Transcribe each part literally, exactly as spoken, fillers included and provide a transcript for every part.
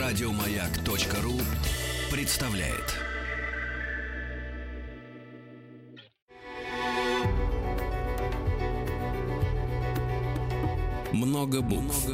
Радиомаяк.ру представляет. Много букв.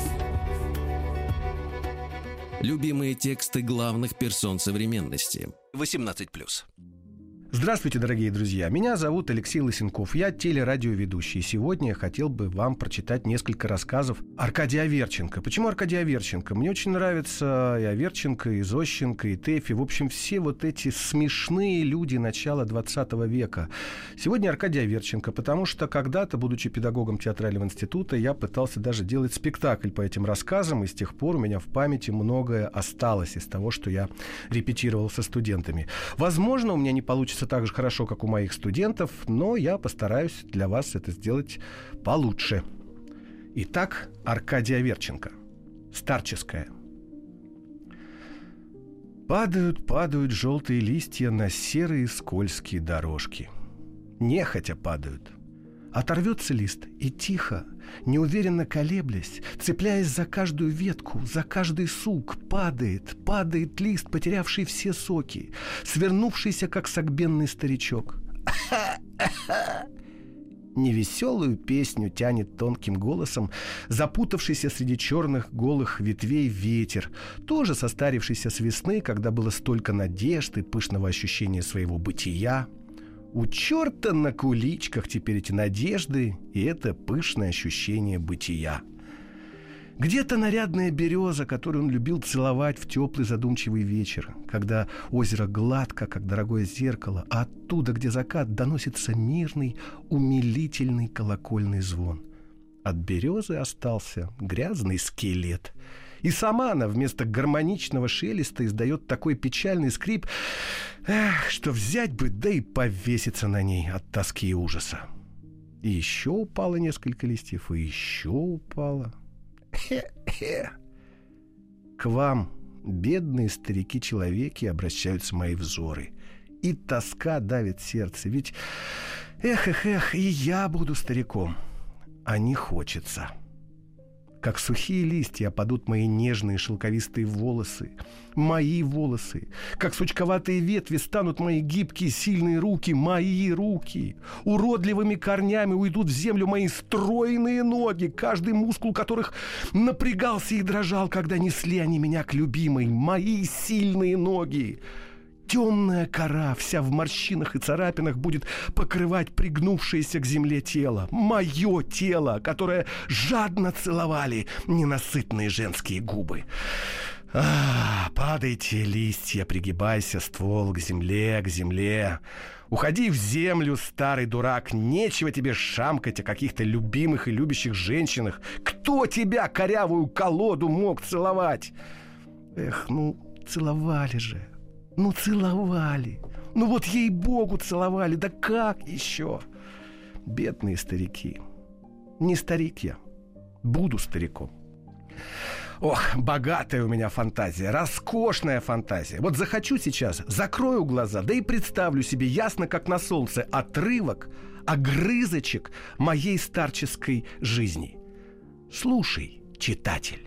Любимые тексты главных персон современности. восемнадцать плюс. Здравствуйте, дорогие друзья. Меня зовут Алексей Лысенков. Я телерадиоведущий. Сегодня я хотел бы вам прочитать несколько рассказов Аркадия Аверченко. Почему Аркадий Аверченко? Мне очень нравятся и Аверченко, и Зощенко, и Тэфи. В общем, все вот эти смешные люди начала двадцатого века. Сегодня Аркадий Аверченко, потому что когда-то, будучи педагогом театрального института, я пытался даже делать спектакль по этим рассказам, и с тех пор у меня в памяти многое осталось из того, что я репетировал со студентами. Возможно, у меня не получится так же хорошо, как у моих студентов, но я постараюсь для вас это сделать получше. Итак, Аркадий Аверченко. Старческая. Падают, падают желтые листья на серые скользкие дорожки. Нехотя падают. Оторвется лист и тихо, неуверенно колеблясь, цепляясь за каждую ветку, за каждый сук, падает, падает лист, потерявший все соки, свернувшийся, как согбенный старичок. Невеселую песню тянет тонким голосом запутавшийся среди черных голых ветвей ветер, тоже состарившийся с весны, когда было столько надежд и пышного ощущения своего бытия. У черта на куличках теперь эти надежды и это пышное ощущение бытия. Где-то нарядная береза, которую он любил целовать в теплый задумчивый вечер, когда озеро гладко, как дорогое зеркало, а оттуда, где закат, доносится мирный, умилительный колокольный звон. От березы остался грязный скелет. И сама она вместо гармоничного шелеста издает такой печальный скрип, эх, что взять бы, да и повеситься на ней от тоски и ужаса. И еще упало несколько листьев, и еще упало. Хе-хе. К вам, бедные старики-человеки, обращаются мои взоры. И тоска давит сердце, ведь эх-эх-эх, и я буду стариком, а не хочется. Как сухие листья опадут мои нежные шелковистые волосы, мои волосы. Как сучковатые ветви станут мои гибкие сильные руки, мои руки. Уродливыми корнями уйдут в землю мои стройные ноги, каждый мускул которых напрягался и дрожал, когда несли они меня к любимой, мои сильные ноги. Темная кора, вся в морщинах и царапинах, будет покрывать пригнувшееся к земле тело. Мое тело, которое жадно целовали ненасытные женские губы. А, падайте, листья, пригибайся, ствол к земле, к земле. Уходи в землю, старый дурак. Нечего тебе шамкать о каких-то любимых и любящих женщинах. Кто тебя, корявую колоду, мог целовать? Эх, ну, целовали же. Ну, целовали. Ну, вот ей-богу целовали. Да как еще? Бедные старики. Не старик я. Буду стариком. Ох, богатая у меня фантазия. Роскошная фантазия. Вот захочу сейчас, закрою глаза, да и представлю себе ясно, как на солнце, отрывок, огрызочек моей старческой жизни. Слушай, читатель.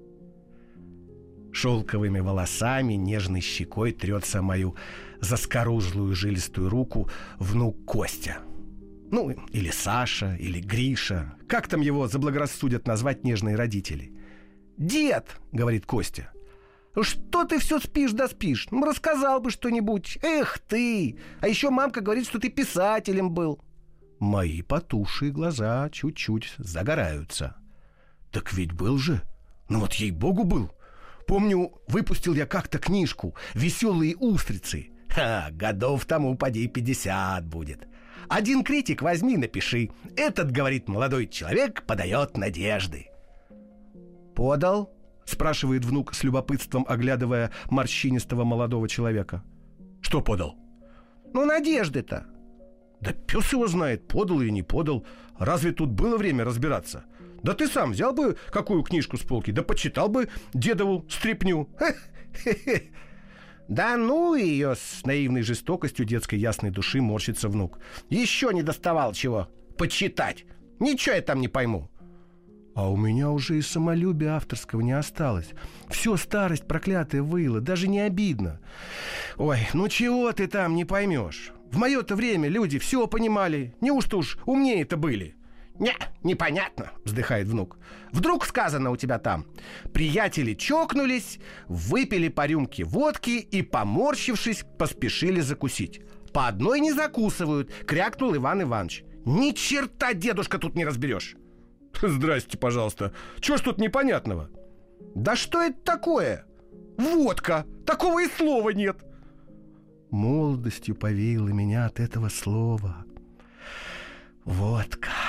Шелковыми волосами, нежной щекой трется мою заскорузлую жилистую руку внук Костя. Ну, или Саша, или Гриша. Как там его заблагорассудят назвать нежные родители? «Дед», — говорит Костя, — «что ты все спишь да спишь? Ну, рассказал бы что-нибудь. Эх ты! А еще мамка говорит, что ты писателем был». Мои потухшие глаза чуть-чуть загораются. «Так ведь был же. Ну вот ей-богу был. Помню, выпустил я как-то книжку «Веселые устрицы». Ха, годов тому поди пятьдесят будет. Один критик возьми, напиши. Этот, говорит, молодой человек подает надежды. «Подал?» — спрашивает внук с любопытством, оглядывая морщинистого молодого человека. «Что подал?» «Ну, надежды-то». «Да пес его знает, подал или не подал. Разве тут было время разбираться? Да ты сам взял бы какую книжку с полки, да почитал бы дедову стряпню». «Да ну ее!» — с наивной жестокостью детской ясной души морщится внук. «Еще не доставал чего почитать. Ничего я там не пойму». А у меня уже и самолюбия авторского не осталось. Все старость проклятая выла, даже не обидно. Ой, ну чего ты там не поймешь? В мое-то время люди все понимали. Неужто уж умнее-то были? «Не, непонятно», — вздыхает внук. «Вдруг сказано у тебя там: приятели чокнулись, выпили по рюмке водки и, поморщившись, поспешили закусить. По одной не закусывают», — крякнул Иван Иванович. «Ни черта, дедушка, тут не разберешь». «Здрасте, пожалуйста. Чего ж тут непонятного?» «Да что это такое? Водка! Такого и слова нет!» Молодостью повеяло меня от этого слова. Водка.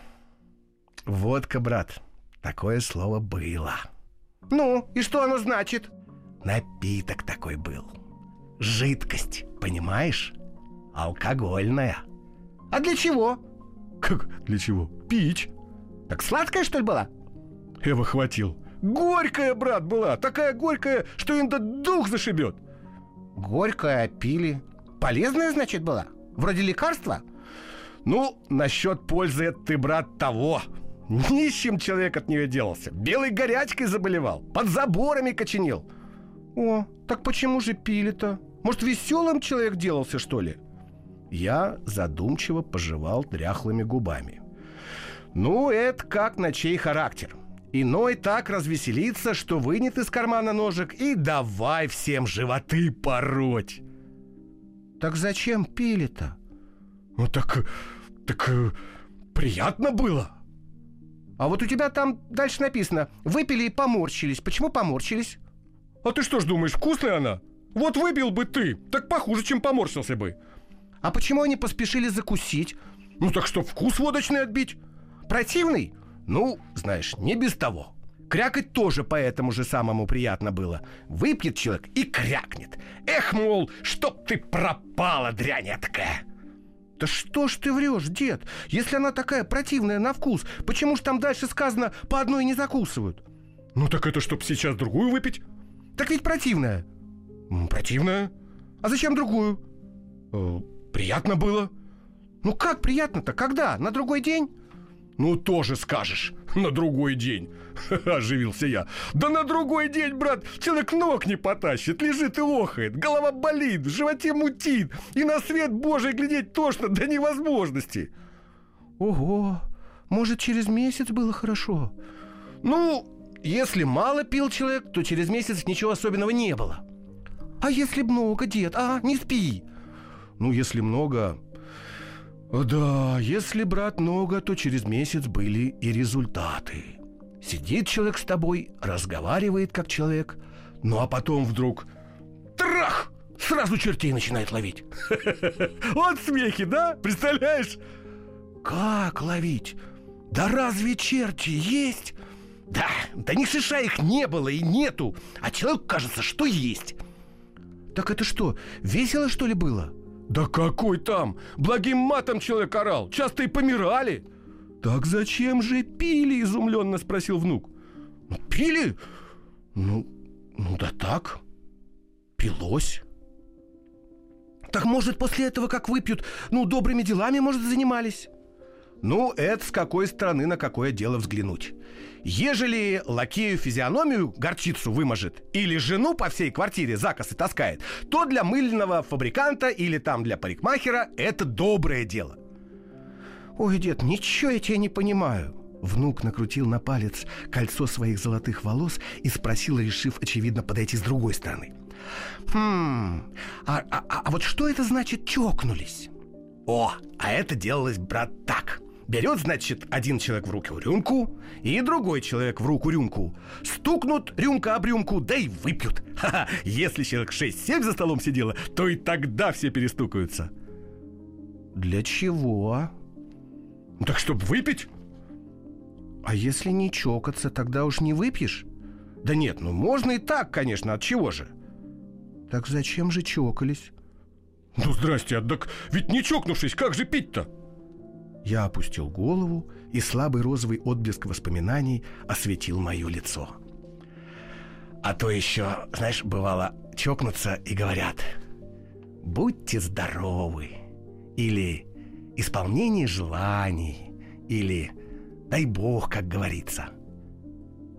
Водка, брат. Такое слово было. Ну, и что оно значит? Напиток такой был. Жидкость, понимаешь? Алкогольная. А для чего? Как для чего? Пить. Так сладкая, что ли, была? Эва хватил. Горькая, брат, была. Такая горькая, что иногда дух зашибет. Горькая, пили. Полезная, значит, была? Вроде лекарства? Ну, насчет пользы это ты, брат, того. Нищим человек от нее делался. Белой горячкой заболевал. Под заборами коченел. О, так почему же пили-то? Может, веселым человек делался, что ли? Я задумчиво пожевал дряхлыми губами. Ну, это как на чей характер. Иной так развеселится, что вынет из кармана ножик и давай всем животы пороть. Так зачем пили-то? Ну так, так приятно было. А вот у тебя там дальше написано: выпили и поморщились. Почему поморщились? А ты что ж думаешь, вкусная она? Вот выпил бы ты, так похуже, чем поморщился бы. А почему они поспешили закусить? Ну так что, вкус водочный отбить? Противный? Ну, знаешь, не без того. Крякать тоже по этому же самому приятно было. Выпьет человек и крякнет. Эх, мол, чтоб ты пропала, дрянь такая. Да что ж ты врешь, дед? Если она такая противная на вкус, почему ж там дальше сказано: по одной не закусывают? Ну так это чтоб сейчас другую выпить. Так ведь противная. Противная? А зачем другую? Э, приятно было. Ну как приятно-то? Когда? На другой день? Ну тоже скажешь. На другой день. Оживился я. Да на другой день, брат, человек ног не потащит, лежит и охает, голова болит, в животе мутит, и на свет Божий глядеть тошно до невозможности. Ого, может, через месяц было хорошо? Ну, если мало пил человек, то через месяц ничего особенного не было. А если много, дед, а? Не спи. Ну, если много... Да, если, брат, много, то через месяц были и результаты. Сидит человек с тобой, разговаривает как человек, ну а потом вдруг трах! Сразу чертей начинает ловить. Вот смехи, да? Представляешь? Как ловить? Да разве черти есть? Да, да ни шиша их не было и нету, а человеку кажется, что есть. Так это что, весело, что ли, было? Да какой там? Благим матом человек орал, часто и помирали. Так зачем же пили? Изумленно спросил внук. Ну, пили? Ну, ну да так. Пилось. Так может после этого, как выпьют, ну добрыми делами, может, занимались? Ну, это с какой стороны на какое дело взглянуть. Ежели лакею физиономию горчицу выможет или жену по всей квартире закосы таскает, то для мыльного фабриканта или там для парикмахера это доброе дело. Ой, дед, ничего я тебя не понимаю. Внук накрутил на палец кольцо своих золотых волос и спросил, решив, очевидно, подойти с другой стороны. Хм, а, а, а вот что это значит чокнулись? О, а это делалось, брат, так. Берет, значит, один человек в руку рюмку, и другой человек в руку рюмку. Стукнут рюмка об рюмку, да и выпьют. Ха-ха, если человек шесть-семь за столом сидело, то и тогда все перестукаются. Для чего? Ну, так чтоб выпить. А если не чокаться, тогда уж не выпьешь? Да нет, ну можно и так, конечно, от чего же? Так зачем же чокались? Ну, здрасте, так ведь не чокнувшись, как же пить-то? Я опустил голову, и слабый розовый отблеск воспоминаний осветил мое лицо. А то еще, знаешь, бывало, чокнутся и говорят: будьте здоровы, или исполнение желаний, или дай бог, как говорится.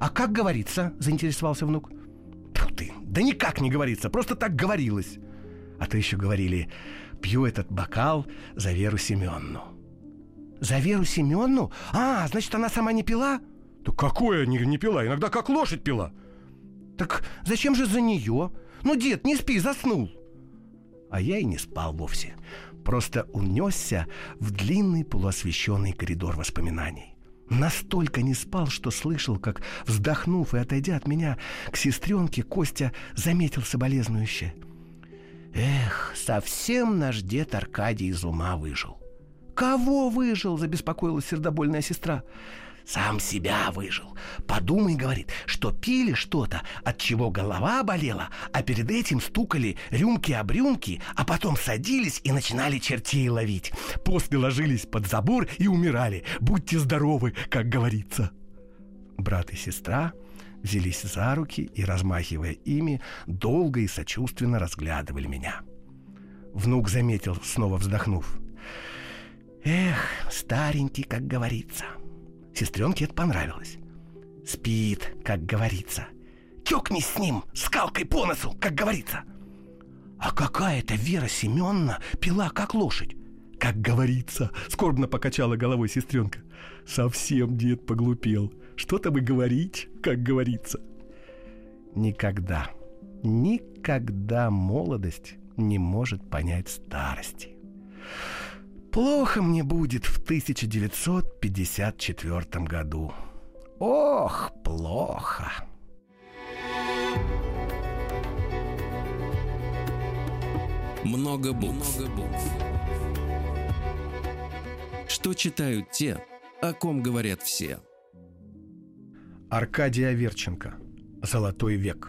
«А как говорится?» — заинтересовался внук. «Тьфу ты, да никак не говорится, просто так говорилось. А то еще говорили: пью этот бокал за Веру Семенну». «За Веру Семенну? А, значит, она сама не пила?» «Да какое не, не пила? Иногда как лошадь пила». «Так зачем же за нее? Ну, дед, не спи, заснул». А я и не спал вовсе. Просто унесся в длинный полуосвещенный коридор воспоминаний. Настолько не спал, что слышал, как, вздохнув и отойдя от меня к сестренке, Костя заметил соболезнующе: «Эх, совсем наш дед Аркадий из ума выжил». «Кого выжил?» — забеспокоилась сердобольная сестра. «Сам себя выжил. Подумай, — говорит, — что пили что-то, от чего голова болела, а перед этим стукали рюмки об рюмки, а потом садились и начинали чертей ловить. После ложились под забор и умирали. Будьте здоровы, как говорится». Брат и сестра взялись за руки и, размахивая ими, долго и сочувственно разглядывали меня. Внук заметил, снова вздохнув: «Эх, старенький, как говорится». Сестренке это понравилось. «Спит, как говорится. Тёкнись с ним скалкой по носу, как говорится». «А какая-то Вера Семенна пила, как лошадь, как говорится», — скорбно покачала головой сестренка. «Совсем дед поглупел. Что там и говорить, как говорится». Никогда, никогда молодость не может понять старости. Плохо мне будет в тысяча девятьсот пятьдесят четвёртом году. Ох, плохо. Много букв. Много букв. Что читают те, о ком говорят все? Аркадий Аверченко. «Золотой век».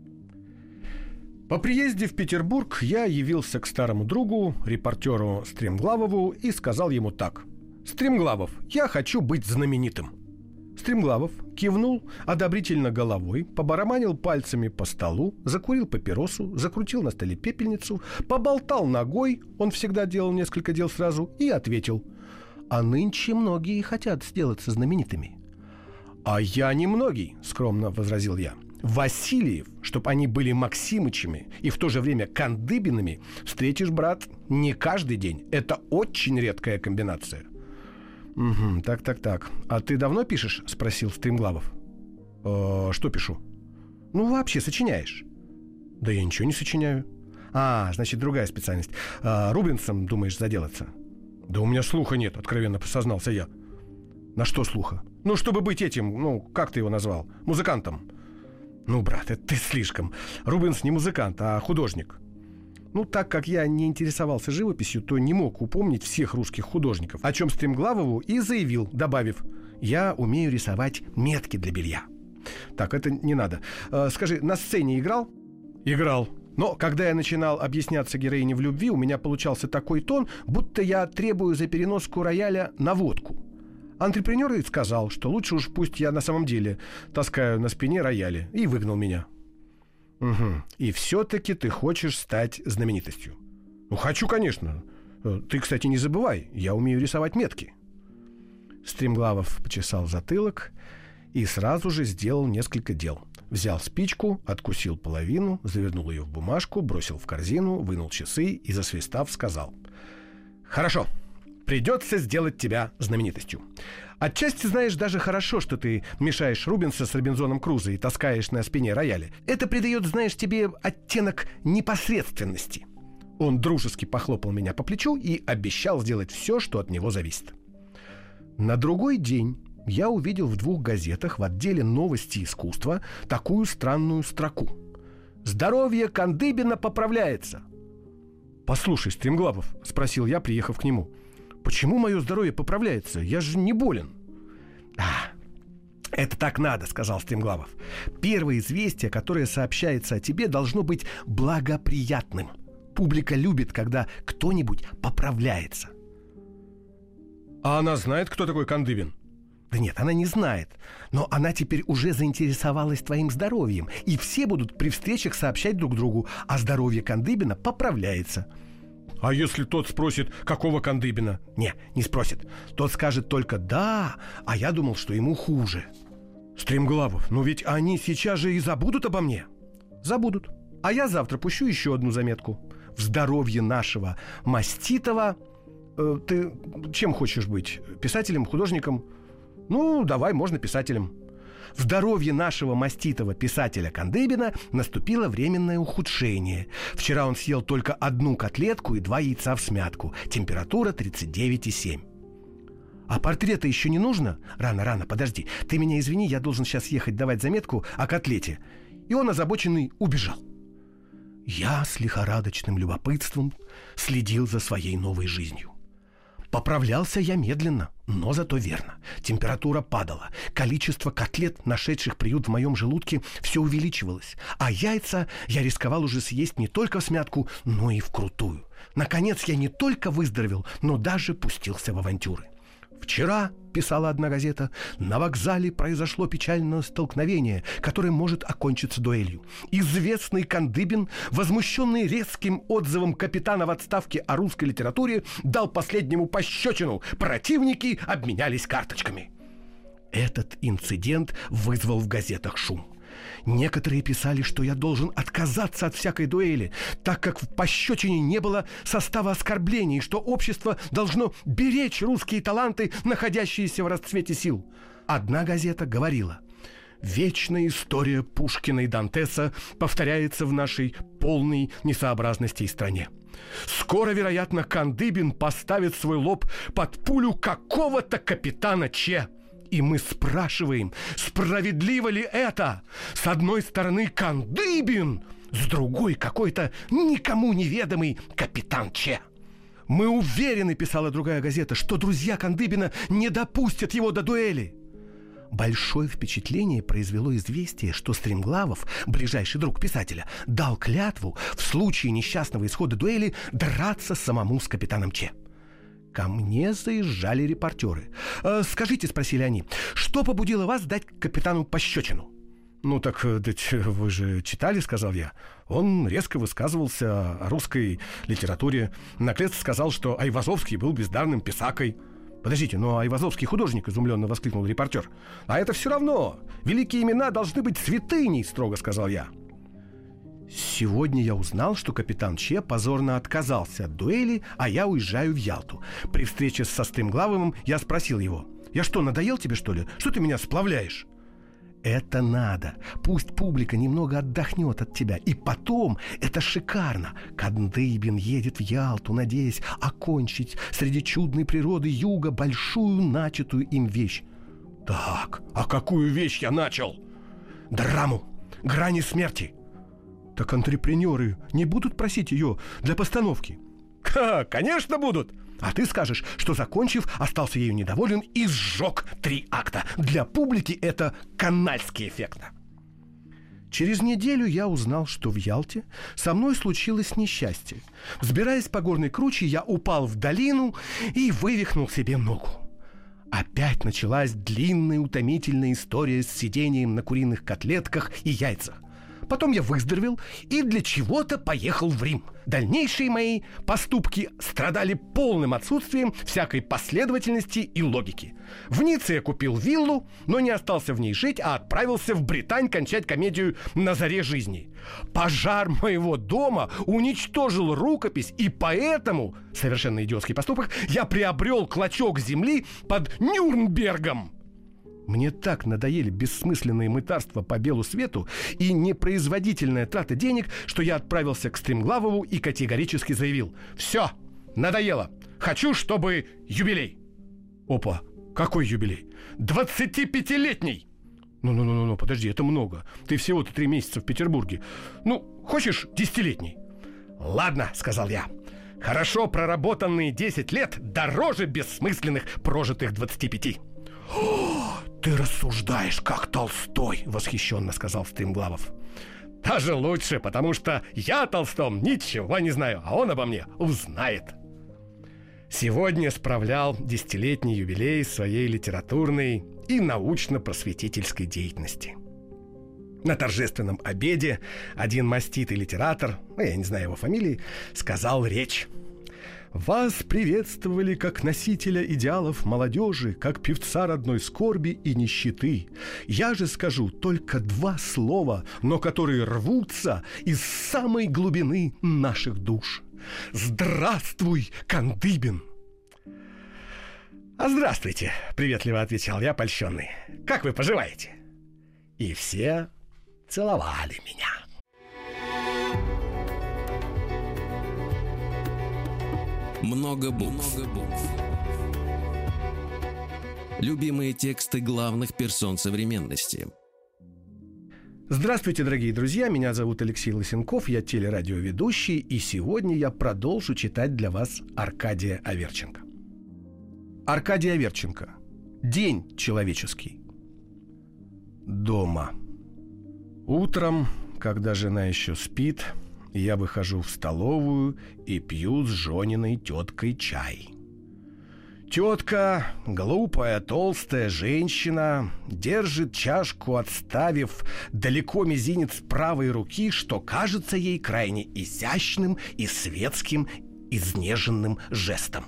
По приезде в Петербург я явился к старому другу, репортеру Стремглавову, и сказал ему так: «Стремглавов, я хочу быть знаменитым». Стремглавов кивнул одобрительно головой, побарабанил пальцами по столу, закурил папиросу, закрутил на столе пепельницу, поболтал ногой, он всегда делал несколько дел сразу, и ответил: «А нынче многие хотят сделаться знаменитыми». «А я не многие», — скромно возразил я. «Васильев, чтоб они были Максимычами и в то же время Кандыбинами, встретишь, брат, не каждый день. Это очень редкая комбинация». «Угу, так-так-так. А ты давно пишешь?» — спросил Стремглавов. «Э, что пишу?» «Ну, вообще сочиняешь». «Да я ничего не сочиняю». «А, значит, другая специальность. А, Рубинсом думаешь заделаться?» «Да у меня слуха нет», — откровенно сознался я. «На что слуха?» «Ну, чтобы быть этим, ну, как ты его назвал, музыкантом». «Ну, брат, это ты слишком. Рубенс не музыкант, а художник». Ну, так как я не интересовался живописью, то не мог упомнить всех русских художников, о чем Стремглавову и заявил, добавив: «Я умею рисовать метки для белья». Так, это не надо. Э, скажи, на сцене играл? Играл. Но когда я начинал объясняться героине в любви, у меня получался такой тон, будто я требую за переноску рояля на водку. Антрепренер и сказал, что лучше уж пусть я на самом деле таскаю на спине рояли, и выгнал меня. «Угу. И все-таки ты хочешь стать знаменитостью?» «Ну, хочу, конечно. Ты, кстати, не забывай, я умею рисовать метки». Стремглавов почесал затылок и сразу же сделал несколько дел. Взял спичку, откусил половину, завернул ее в бумажку, бросил в корзину, вынул часы и, засвистав, сказал: «Хорошо, придется сделать тебя знаменитостью. Отчасти, знаешь, даже хорошо, что ты мешаешь Рубенса с Робинзоном Крузо и таскаешь на спине рояли. Это придает, знаешь, тебе оттенок непосредственности». Он дружески похлопал меня по плечу и обещал сделать все, что от него зависит. На другой день я увидел в двух газетах в отделе «Новости искусства» такую странную строку: «Здоровье Кандыбина поправляется». «Послушай, Стремглавов, — спросил я, приехав к нему, — почему мое здоровье поправляется? Я же не болен». «А, это так надо, — сказал Стремглавов. Первое известие, которое сообщается о тебе, должно быть благоприятным. Публика любит, когда кто-нибудь поправляется». «А она знает, кто такой Кандыбин?» «Да нет, она не знает. Но она теперь уже заинтересовалась твоим здоровьем, и все будут при встречах сообщать друг другу: а здоровье Кандыбина поправляется». «А если тот спросит, какого Кандыбина?» «Не, не спросит. Тот скажет только «да», а я думал, что ему хуже». Стремглавов, ну ведь они сейчас же и забудут обо мне. Забудут. А я завтра пущу еще одну заметку. В здоровье нашего маститого... Э, ты чем хочешь быть? Писателем, художником? Ну, давай, можно писателем. В здоровье нашего маститого писателя Кандыбина наступило временное ухудшение. Вчера он съел только одну котлетку и два яйца всмятку. Температура тридцать девять и семь. А портрета еще не нужно? Рано, рано, подожди. Ты меня извини, я должен сейчас ехать давать заметку о котлете. И он, озабоченный, убежал. Я с лихорадочным любопытством следил за своей новой жизнью. Поправлялся я медленно, но зато верно. Температура падала. Количество котлет, нашедших приют в моем желудке, все увеличивалось. А яйца я рисковал уже съесть не только всмятку, но и вкрутую. Наконец я не только выздоровел, но даже пустился в авантюры. «Вчера, — писала одна газета, — на вокзале произошло печальное столкновение, которое может окончиться дуэлью. Известный Кандыбин, возмущенный резким отзывом капитана в отставке о русской литературе, дал последнему пощечину. Противники обменялись карточками». Этот инцидент вызвал в газетах шум. Некоторые писали, что я должен отказаться от всякой дуэли, так как в пощечине не было состава оскорблений, что общество должно беречь русские таланты, находящиеся в расцвете сил. Одна газета говорила: «Вечная история Пушкина и Дантеса повторяется в нашей полной несообразностей стране. Скоро, вероятно, Кандыбин поставит свой лоб под пулю какого-то капитана Че». И мы спрашиваем, справедливо ли это? С одной стороны Кандыбин, с другой какой-то никому неведомый капитан Че. «Мы уверены, — писала другая газета, — что друзья Кандыбина не допустят его до дуэли». Большое впечатление произвело известие, что Стремглавов, ближайший друг писателя, дал клятву в случае несчастного исхода дуэли драться самому с капитаном Че. Ко мне заезжали репортеры. «Э, «Скажите, — спросили они, — что побудило вас дать капитану пощечину?» «Ну так, дать, вы же читали, — сказал я. Он резко высказывался о русской литературе. Наконец сказал, что Айвазовский был бездарным писакой». «Подождите, но Айвазовский художник, — изумленно воскликнул репортер. — А это все равно. Великие имена должны быть святыней, — строго сказал я». Сегодня я узнал, что капитан Че позорно отказался от дуэли, а я уезжаю в Ялту. При встрече со Стремглавым я спросил его: «Я что, надоел тебе, что ли? Что ты меня сплавляешь?» «Это надо. Пусть публика немного отдохнет от тебя. И потом, это шикарно. Кандыбин едет в Ялту, надеясь окончить среди чудной природы юга большую начатую им вещь». «Так, а какую вещь я начал?» «Драму. Грани смерти». «Так антрепренеры не будут просить ее для постановки?» «Ха, конечно будут! А ты скажешь, что, закончив, остался ею недоволен и сжег три акта. Для публики это канальски эффектно». Через неделю я узнал, что в Ялте со мной случилось несчастье. Взбираясь по горной круче, я упал в долину и вывихнул себе ногу. Опять началась длинная утомительная история с сидением на куриных котлетках и яйцах. Потом я выздоровел и для чего-то поехал в Рим. Дальнейшие мои поступки страдали полным отсутствием всякой последовательности и логики. В Ницце я купил виллу, но не остался в ней жить, а отправился в Британь кончать комедию «На заре жизни». Пожар моего дома уничтожил рукопись, и поэтому, совершенно идиотский поступок, я приобрел клочок земли под Нюрнбергом. Мне так надоели бессмысленные мытарства по белу свету и непроизводительная трата денег, что я отправился к Стремглавову и категорически заявил: «Все, надоело. Хочу, чтобы юбилей». «Опа, какой юбилей?» «двадцатипятилетний». «Ну-ну-ну-ну, подожди, это много. Ты всего-то три месяца в Петербурге. Ну, хочешь десятилетний?» «Ладно, — сказал я. Хорошо проработанные десять лет дороже бессмысленных прожитых двадцати пяти». «О, ты рассуждаешь, как Толстой!» — восхищенно сказал Стремглавов. «Даже лучше, потому что я о Толстом ничего не знаю, а он обо мне узнает». Сегодня справлял десятилетний юбилей своей литературной и научно-просветительской деятельности. На торжественном обеде один маститый литератор, ну, я не знаю его фамилии, сказал речь. Вас приветствовали как носителя идеалов молодежи, как певца родной скорби и нищеты. Я же скажу только два слова, но которые рвутся из самой глубины наших душ. Здравствуй, Кандыбин! А здравствуйте, приветливо отвечал я, польщенный. Как вы поживаете? И все целовали меня. Много букв. Много букв. Любимые тексты главных персон современности. Здравствуйте, дорогие друзья, меня зовут Алексей Лысенков, я телерадиоведущий, и сегодня я продолжу читать для вас Аркадия Аверченко. Аркадий Аверченко. День человеческий. Дома. Утром, когда жена еще спит, я выхожу в столовую и пью с Жониной теткой чай. Тетка, глупая, толстая женщина, держит чашку, отставив далеко мизинец правой руки, что кажется ей крайне изящным и светским, изнеженным жестом.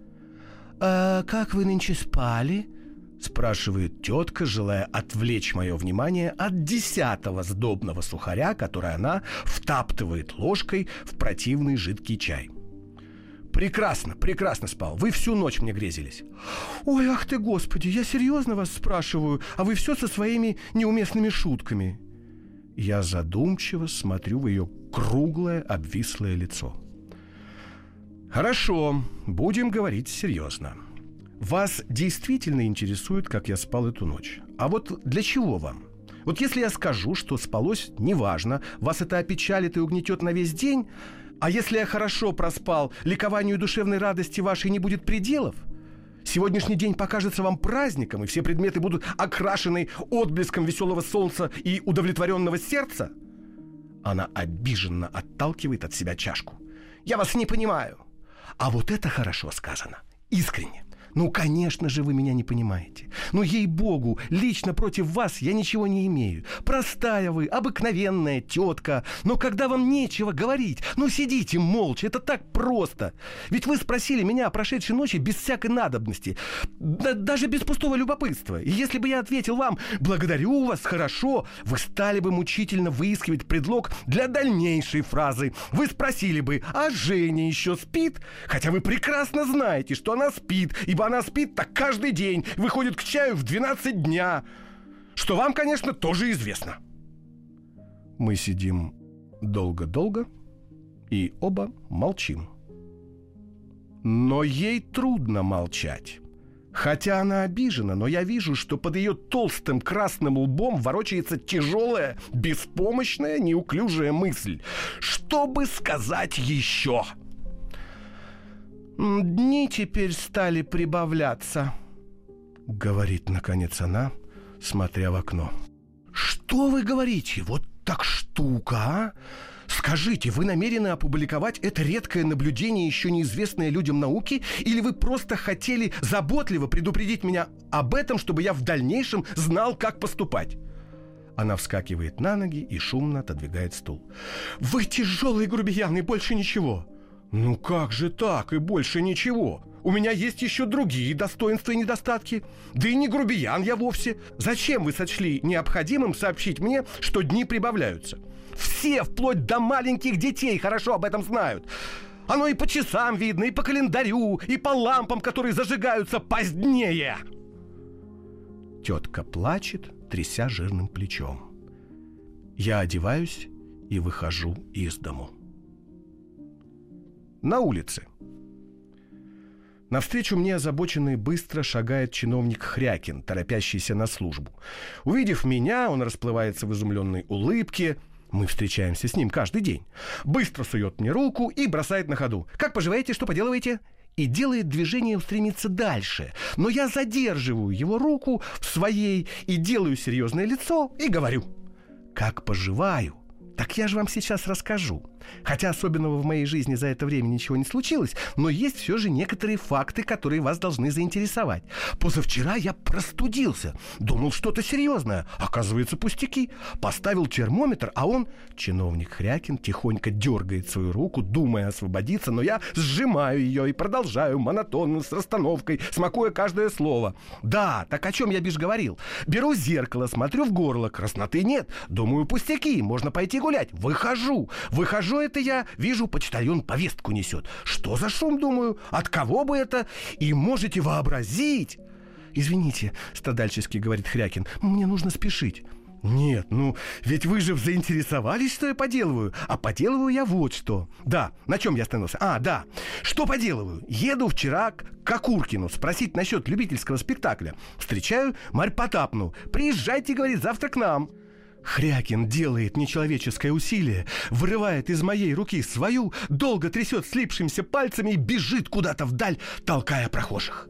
«А как вы нынче спали?» — спрашивает тетка, желая отвлечь мое внимание от десятого сдобного сухаря, который она втаптывает ложкой в противный жидкий чай. «Прекрасно, прекрасно спал. Вы всю ночь мне грезились». «Ой, ах ты, Господи, я серьезно вас спрашиваю, а вы все со своими неуместными шутками». Я задумчиво смотрю в ее круглое, обвислое лицо. «Хорошо, будем говорить серьезно. Вас действительно интересует, как я спал эту ночь. А вот для чего вам? Вот если я скажу, что спалось неважно, вас это опечалит и угнетет на весь день, а если я хорошо проспал, ликованию и душевной радости вашей не будет пределов? Сегодняшний день покажется вам праздником, и все предметы будут окрашены отблеском веселого солнца и удовлетворенного сердца?» Она обиженно отталкивает от себя чашку. «Я вас не понимаю». А вот это хорошо сказано, искренне. Ну, конечно же, вы меня не понимаете. Ну, ей-богу, лично против вас я ничего не имею. Простая вы, обыкновенная тетка. Но когда вам нечего говорить, ну, сидите молча, это так просто. Ведь вы спросили меня о прошедшей ночи без всякой надобности, да, даже без пустого любопытства. И если бы я ответил вам «благодарю вас, хорошо», вы стали бы мучительно выискивать предлог для дальнейшей фразы. Вы спросили бы «а Женя еще спит?» Хотя вы прекрасно знаете, что она спит, ибо она спит так каждый день, выходит к чаю в двенадцать дня, что вам, конечно, тоже известно. Мы сидим долго-долго и оба молчим. Но ей трудно молчать. Хотя она обижена, но я вижу, что под ее толстым красным лбом ворочается тяжелая, беспомощная, неуклюжая мысль. Что бы сказать еще? «Дни теперь стали прибавляться», — говорит, наконец, она, смотря в окно. «Что вы говорите? Вот так штука, а? Скажите, вы намерены опубликовать это редкое наблюдение, еще неизвестное людям науки, или вы просто хотели заботливо предупредить меня об этом, чтобы я в дальнейшем знал, как поступать?» Она вскакивает на ноги и шумно отодвигает стул. «Вы тяжелый грубиян и больше ничего». «Ну как же так и больше ничего? У меня есть еще другие достоинства и недостатки. Да и не грубиян я вовсе. Зачем вы сочли необходимым сообщить мне, что дни прибавляются? Все, вплоть до маленьких детей, хорошо об этом знают. Оно и по часам видно, и по календарю, и по лампам, которые зажигаются позднее». Тетка плачет, тряся жирным плечом. Я одеваюсь и выхожу из дому. На улице. Навстречу мне озабоченно и быстро шагает чиновник Хрякин, торопящийся на службу. Увидев меня, он расплывается в изумленной улыбке. Мы встречаемся с ним каждый день. Быстро сует мне руку и бросает на ходу. «Как поживаете? Что поделываете?» И делает движение устремиться дальше. Но я задерживаю его руку в своей и делаю серьезное лицо и говорю: «Как поживаю? Так я же вам сейчас расскажу. Хотя особенного в моей жизни за это время ничего не случилось, но есть все же некоторые факты, которые вас должны заинтересовать. Позавчера я простудился. Думал, что-то серьезное. Оказывается, пустяки. Поставил термометр, а он, чиновник Хрякин, тихонько дергает свою руку, думая освободиться, но я сжимаю ее и продолжаю монотонно, с расстановкой, смакуя каждое слово. Да, так о чем я бишь говорил? Беру зеркало, смотрю в горло, красноты нет. Думаю, пустяки, можно пойти гулять. Выхожу. Выхожу, это я, вижу, почтальон повестку несет. Что за шум, думаю? От кого бы это? И можете вообразить... «Извините», — страдальчески говорит Хрякин, — «мне нужно спешить». «Нет, ну, ведь вы же заинтересовались, что я поделываю. А поделываю я вот что. Да, на чем я остановился? А, да. Что поделываю? Еду вчера к Кокуркину спросить насчет любительского спектакля. Встречаю Марь Потапну. Приезжайте, говорит, завтра к нам». Хрякин делает нечеловеческое усилие, вырывает из моей руки свою, долго трясет слипшимися пальцами и бежит куда-то вдаль, толкая прохожих.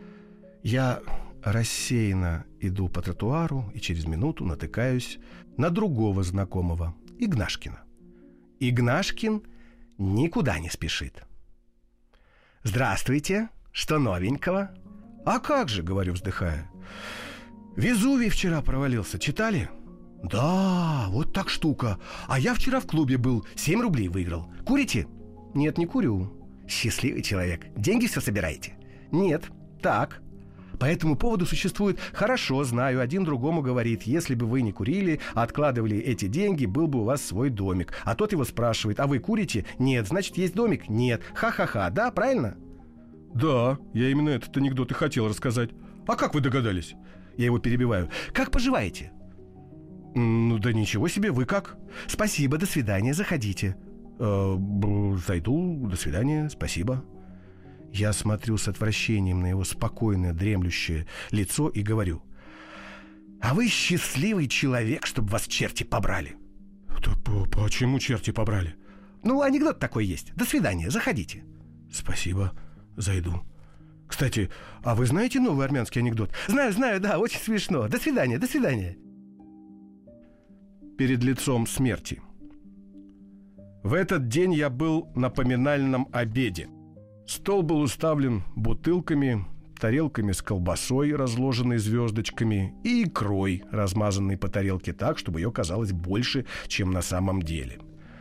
Я рассеянно иду по тротуару и через минуту натыкаюсь на другого знакомого, Игнашкина. Игнашкин никуда не спешит. «Здравствуйте, что новенького?» «А как же», — говорю, вздыхая. «Везувий вчера провалился, читали?» «Да, вот так штука. А я вчера в клубе был, семь рублей выиграл. Курите?» «Нет, не курю». «Счастливый человек. Деньги все собираете?» «Нет, так». По этому поводу существует «хорошо, знаю, один другому говорит, если бы вы не курили, а откладывали эти деньги, был бы у вас свой домик». А тот его спрашивает: «А вы курите?» «Нет». «Значит, есть домик?» «Нет». «Ха-ха-ха, да, правильно?» «Да, я именно этот анекдот и хотел рассказать. А как вы догадались?» Я его перебиваю. «Как поживаете?» «Ну да ничего себе, вы как?» «Спасибо, до свидания, заходите». э, «Зайду, до свидания, спасибо». Я смотрю с отвращением на его спокойное, дремлющее лицо и говорю: «А вы счастливый человек, чтобы вас черти побрали». «Да почему черти побрали?» «Ну, анекдот такой есть. До свидания, заходите». «Спасибо, зайду». «Кстати, а вы знаете новый армянский анекдот?» «Знаю, знаю, да, очень смешно. До свидания, до свидания». Перед лицом смерти. В этот день я был на поминальном обеде. Стол был уставлен бутылками, тарелками с колбасой, разложенной звездочками, и икрой, размазанной по тарелке так, чтобы ее казалось больше, чем на самом деле.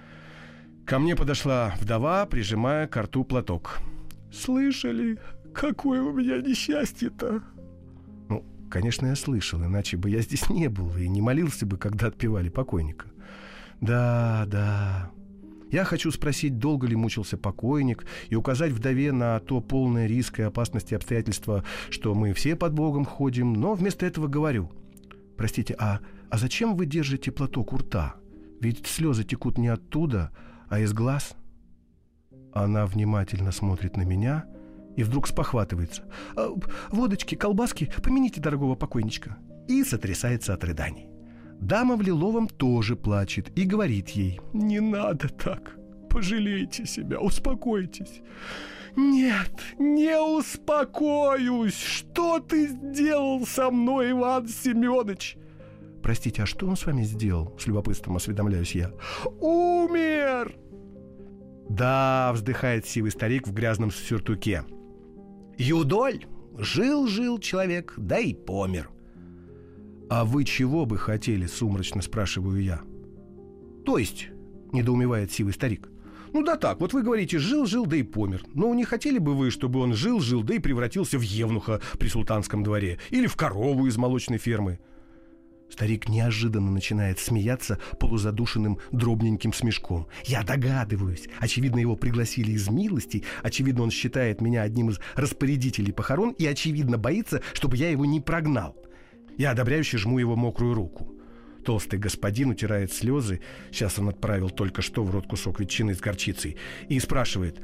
Ко мне подошла вдова, прижимая к рту платок. «Слышали, какое у меня несчастье-то?» Ну, конечно, я слышал, иначе бы я здесь не был и не молился бы, когда отпевали покойника. Да, да... Я хочу спросить, долго ли мучился покойник, и указать вдове на то полное риска и опасности обстоятельства, что мы все под Богом ходим, но вместо этого говорю: «Простите, а, а зачем вы держите платок у рта? Ведь слезы текут не оттуда, а из глаз». Она внимательно смотрит на меня и вдруг спохватывается: «А, водочки, колбаски, помяните дорогого покойничка», и сотрясается от рыданий. Дама в лиловом тоже плачет и говорит ей: «Не надо так, пожалейте себя, успокойтесь». «Нет, не успокоюсь! Что ты сделал со мной, Иван Семенович?» «Простите, а что он с вами сделал?» — с любопытством осведомляюсь я. «Умер!» «Да», — вздыхает сивый старик в грязном сюртуке. «Юдоль, жил-жил человек, да и помер». «А вы чего бы хотели?» — сумрачно спрашиваю я. «То есть?» — недоумевает сивый старик. «Ну да так, вот вы говорите, жил-жил, да и помер. Но не хотели бы вы, чтобы он жил-жил, да и превратился в евнуха при султанском дворе? Или в корову из молочной фермы?» Старик неожиданно начинает смеяться полузадушенным дробненьким смешком. Я догадываюсь. Очевидно, его пригласили из милости. Очевидно, он считает меня одним из распорядителей похорон. И, очевидно, боится, чтобы я его не прогнал. Я одобряюще жму его мокрую руку. Толстый господин утирает слезы. Сейчас он отправил только что в рот кусок ветчины с горчицей. И спрашивает: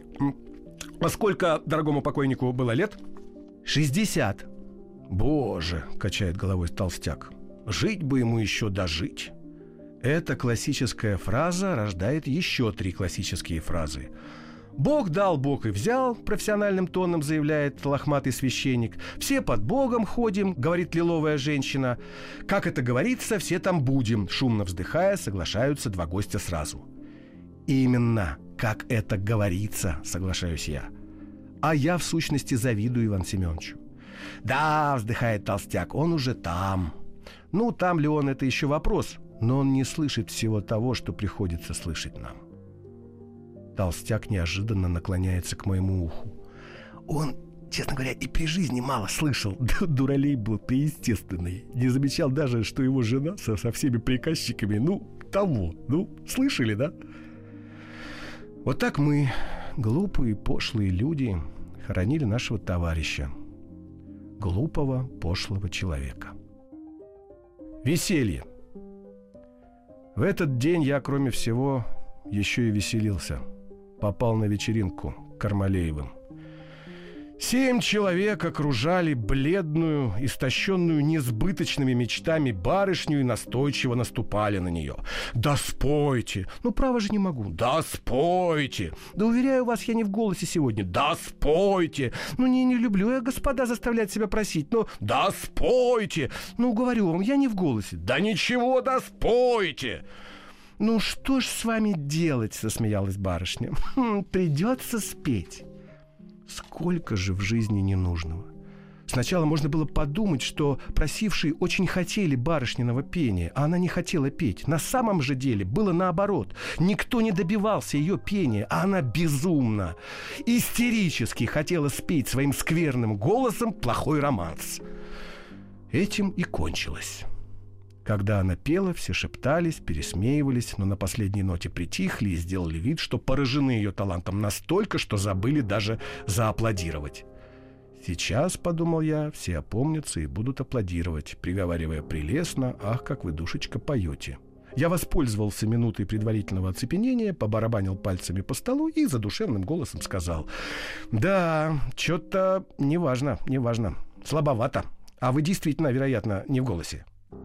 «А сколько дорогому покойнику было лет?» «Шестьдесят». «Боже!» — качает головой толстяк. «Жить бы ему еще дожить». Эта классическая фраза рождает еще три классические фразы. «Бог дал, Бог и взял», — профессиональным тоном заявляет лохматый священник. «Все под Богом ходим», — говорит лиловая женщина. «Как это говорится, все там будем», — шумно вздыхая, соглашаются два гостя сразу. Именно, как это говорится, соглашаюсь я. А я, в сущности, завидую Ивану Семеновичу. Да, вздыхает толстяк, он уже там. Ну, там ли он, это еще вопрос. Но он не слышит всего того, что приходится слышать нам. Толстяк неожиданно наклоняется к моему уху. Он, честно говоря, и при жизни мало слышал. Дуралей был преестественный. Не замечал даже, что его жена со, со всеми приказчиками, ну, того. Ну, слышали, да? Вот так мы, глупые, пошлые люди, хоронили нашего товарища. Глупого, пошлого человека. Веселье. В этот день я, кроме всего, еще и веселился. Попал на вечеринку к Кармалеевым. Семь человек окружали бледную, истощенную несбыточными мечтами барышню и настойчиво наступали на нее. «Да спойте!» «Ну, право же не могу!» «Да спойте!» «Да уверяю вас, я не в голосе сегодня!» «Да спойте!» «Ну, не, не люблю я, господа, заставлять себя просить, но...» «Да спойте!» «Ну, говорю вам, я не в голосе!» «Да ничего, да спойте!» «Ну, что ж с вами делать?» — засмеялась барышня. «Хм, придется спеть!» Сколько же в жизни ненужного. Сначала можно было подумать, что просившие очень хотели барышниного пения, а она не хотела петь. На самом же деле было наоборот. Никто не добивался ее пения, а она безумно, истерически хотела спеть своим скверным голосом плохой романс. Этим и кончилось. Когда она пела, все шептались, пересмеивались, но на последней ноте притихли и сделали вид, что поражены ее талантом настолько, что забыли даже зааплодировать. Сейчас, подумал я, все опомнятся и будут аплодировать, приговаривая прелестно: «Ах, как вы, душечка, поете». Я воспользовался минутой предварительного оцепенения, побарабанил пальцами по столу и задушевным голосом сказал: «Да, что-то неважно, неважно, слабовато. А вы действительно, вероятно, не в голосе».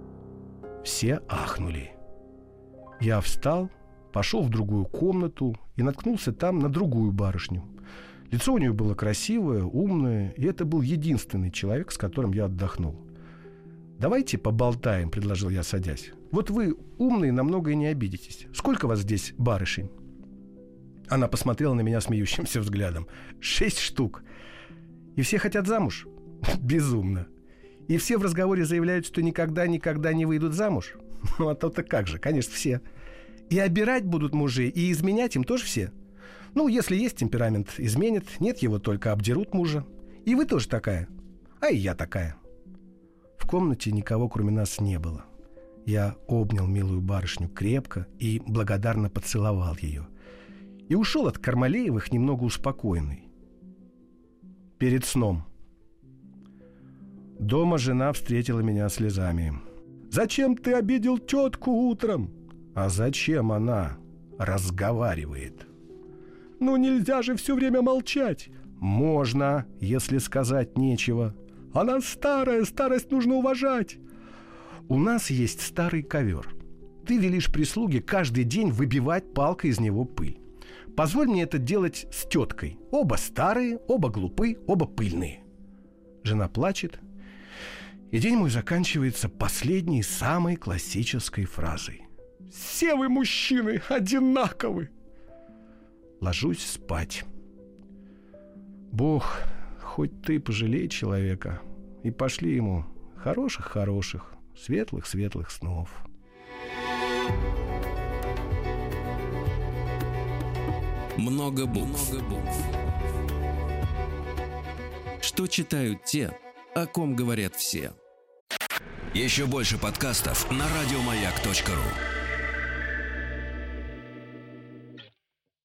Все ахнули. Я встал, пошел в другую комнату и наткнулся там на другую барышню. Лицо у нее было красивое, умное, и это был единственный человек, с которым я отдохнул. «Давайте поболтаем», — предложил я, садясь. «Вот вы умные, на многое не обидитесь. Сколько вас здесь барышень?» Она посмотрела на меня смеющимся взглядом. «Шесть штук. И все хотят замуж?» «Безумно. И все в разговоре заявляют, что никогда-никогда не выйдут замуж?» «Ну, а то-то как же, конечно, все. И обирать будут мужей, и изменять им тоже все. Ну, если есть темперамент, изменят. Нет его, только обдерут мужа. И вы тоже такая. А и я такая». В комнате никого, кроме нас, не было. Я обнял милую барышню крепко и благодарно поцеловал ее. И ушел от Кармалеевых немного успокоенный. Перед сном. Дома жена встретила меня слезами. «Зачем ты обидел тетку утром?» «А зачем она разговаривает?» «Ну нельзя же все время молчать!» «Можно, если сказать нечего». «Она старая, старость нужно уважать!» «У нас есть старый ковер. Ты велишь прислуге каждый день выбивать палкой из него пыль. Позволь мне это делать с теткой. Оба старые, оба глупы, оба пыльные». Жена плачет. И день мой заканчивается последней, самой классической фразой: «Все вы, мужчины, одинаковы!» Ложусь спать. Бог, хоть ты пожалей человека и пошли ему хороших-хороших, светлых-светлых снов. Много букв. Много букв. Что читают те, о ком говорят все. Еще больше подкастов на радиомаяк точка ру.